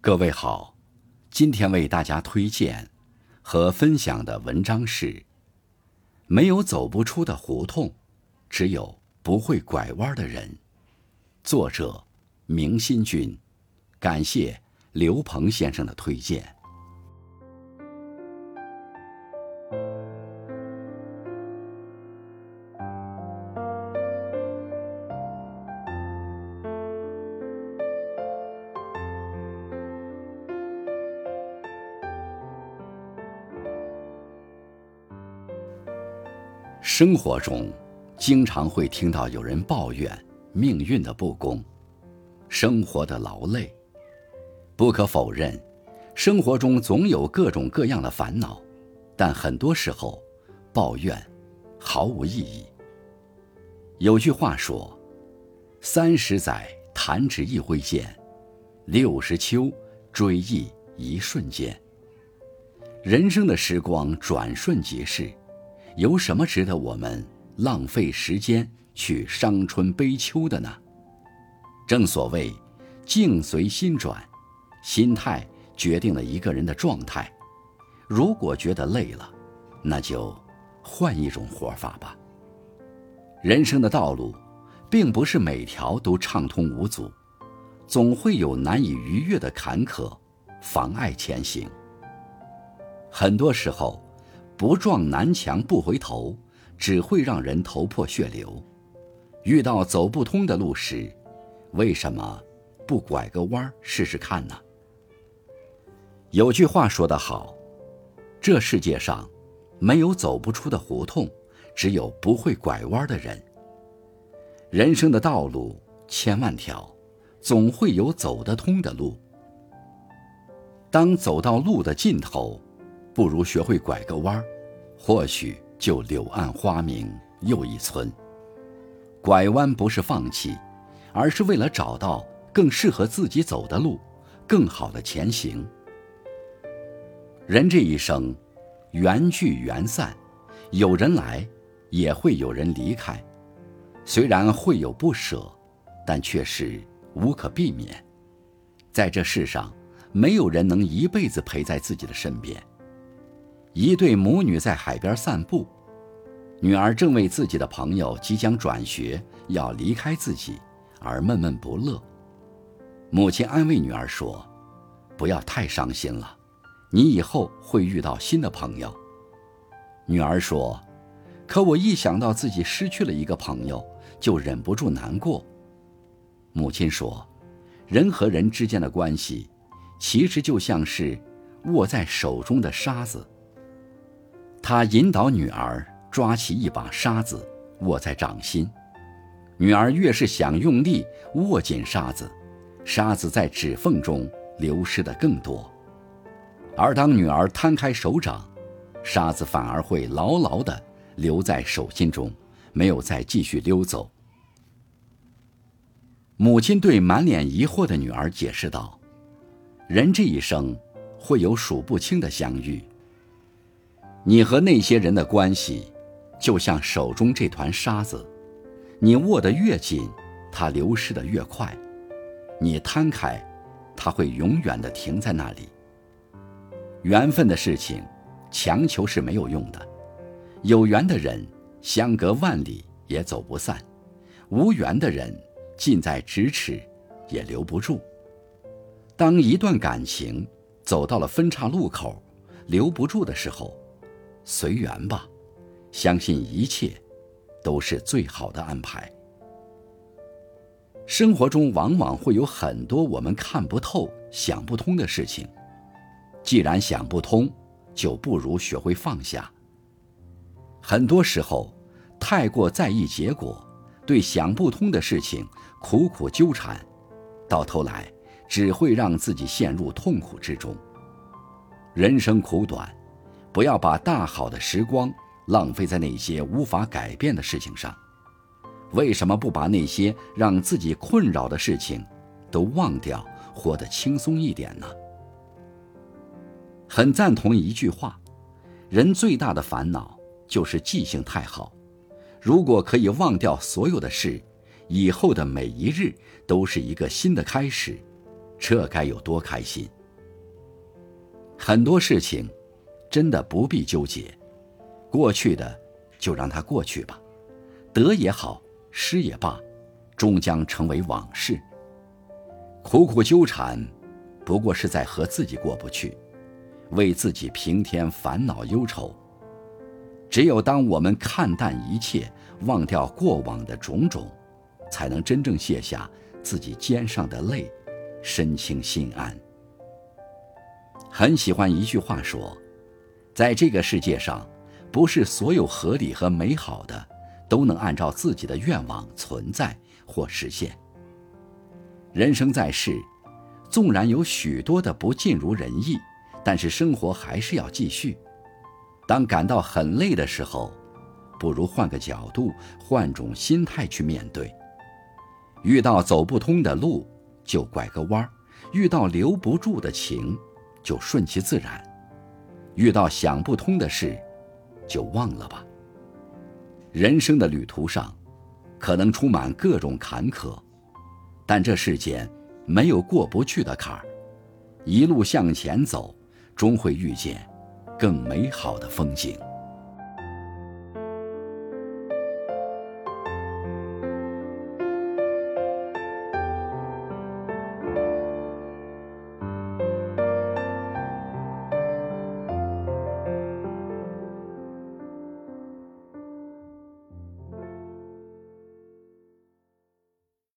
各位好，今天为大家推荐和分享的文章是：没有走不出的胡同，只有不会拐弯的人。作者明新君，感谢刘鹏先生的推荐。生活中经常会听到有人抱怨命运的不公，生活的劳累。不可否认，生活中总有各种各样的烦恼，但很多时候抱怨毫无意义。有句话说，30载弹指一挥间，60秋追忆一瞬间。人生的时光转瞬即逝，有什么值得我们浪费时间去伤春悲秋的呢？正所谓境随心转，心态决定了一个人的状态。如果觉得累了，那就换一种活法吧。人生的道路并不是每条都畅通无阻，总会有难以逾越的坎坷妨碍前行。很多时候不撞南墙不回头，只会让人头破血流。遇到走不通的路时，为什么不拐个弯试试看呢？有句话说得好，这世界上没有走不出的胡同，只有不会拐弯的人。人生的道路千万条，总会有走得通的路。当走到路的尽头，不如学会拐个弯，或许就柳暗花明又一村。拐弯不是放弃，而是为了找到更适合自己走的路，更好的前行。人这一生，缘聚缘散，有人来，也会有人离开。虽然会有不舍，但却是无可避免。在这世上，没有人能一辈子陪在自己的身边。一对母女在海边散步，女儿正为自己的朋友即将转学要离开自己而闷闷不乐。母亲安慰女儿说，不要太伤心了，你以后会遇到新的朋友。女儿说，可我一想到自己失去了一个朋友，就忍不住难过。母亲说，人和人之间的关系其实就像是握在手中的沙子。他引导女儿抓起一把沙子，握在掌心。女儿越是想用力握紧沙子，沙子在指缝中流失的更多。而当女儿摊开手掌，沙子反而会牢牢地留在手心中，没有再继续溜走。母亲对满脸疑惑的女儿解释道，人这一生会有数不清的相遇，你和那些人的关系就像手中这团沙子，你握得越紧，它流失得越快；你摊开，它会永远地停在那里。缘分的事情，强求是没有用的。有缘的人，相隔万里也走不散；无缘的人，近在咫尺也留不住。当一段感情走到了分岔路口，留不住的时候，随缘吧，相信一切都是最好的安排。生活中往往会有很多我们看不透、想不通的事情，既然想不通，就不如学会放下。很多时候，太过在意结果，对想不通的事情苦苦纠缠，到头来只会让自己陷入痛苦之中。人生苦短，不要把大好的时光浪费在那些无法改变的事情上。为什么不把那些让自己困扰的事情都忘掉，活得轻松一点呢？很赞同一句话，人最大的烦恼就是记性太好。如果可以忘掉所有的事，以后的每一日都是一个新的开始， 这该有多开心！很多事情真的不必纠结，过去的就让它过去吧，得也好，失也罢，终将成为往事。苦苦纠缠，不过是在和自己过不去，为自己平添烦恼忧愁。只有当我们看淡一切，忘掉过往的种种，才能真正卸下自己肩上的累，身轻心安。很喜欢一句话说，在这个世界上，不是所有合理和美好的都能按照自己的愿望存在或实现。人生在世，纵然有许多的不尽如人意，但是生活还是要继续。当感到很累的时候，不如换个角度，换种心态去面对。遇到走不通的路，就拐个弯；遇到留不住的情，就顺其自然；遇到想不通的事，就忘了吧。人生的旅途上，可能充满各种坎坷，但这世间没有过不去的坎儿，一路向前走，终会遇见更美好的风景。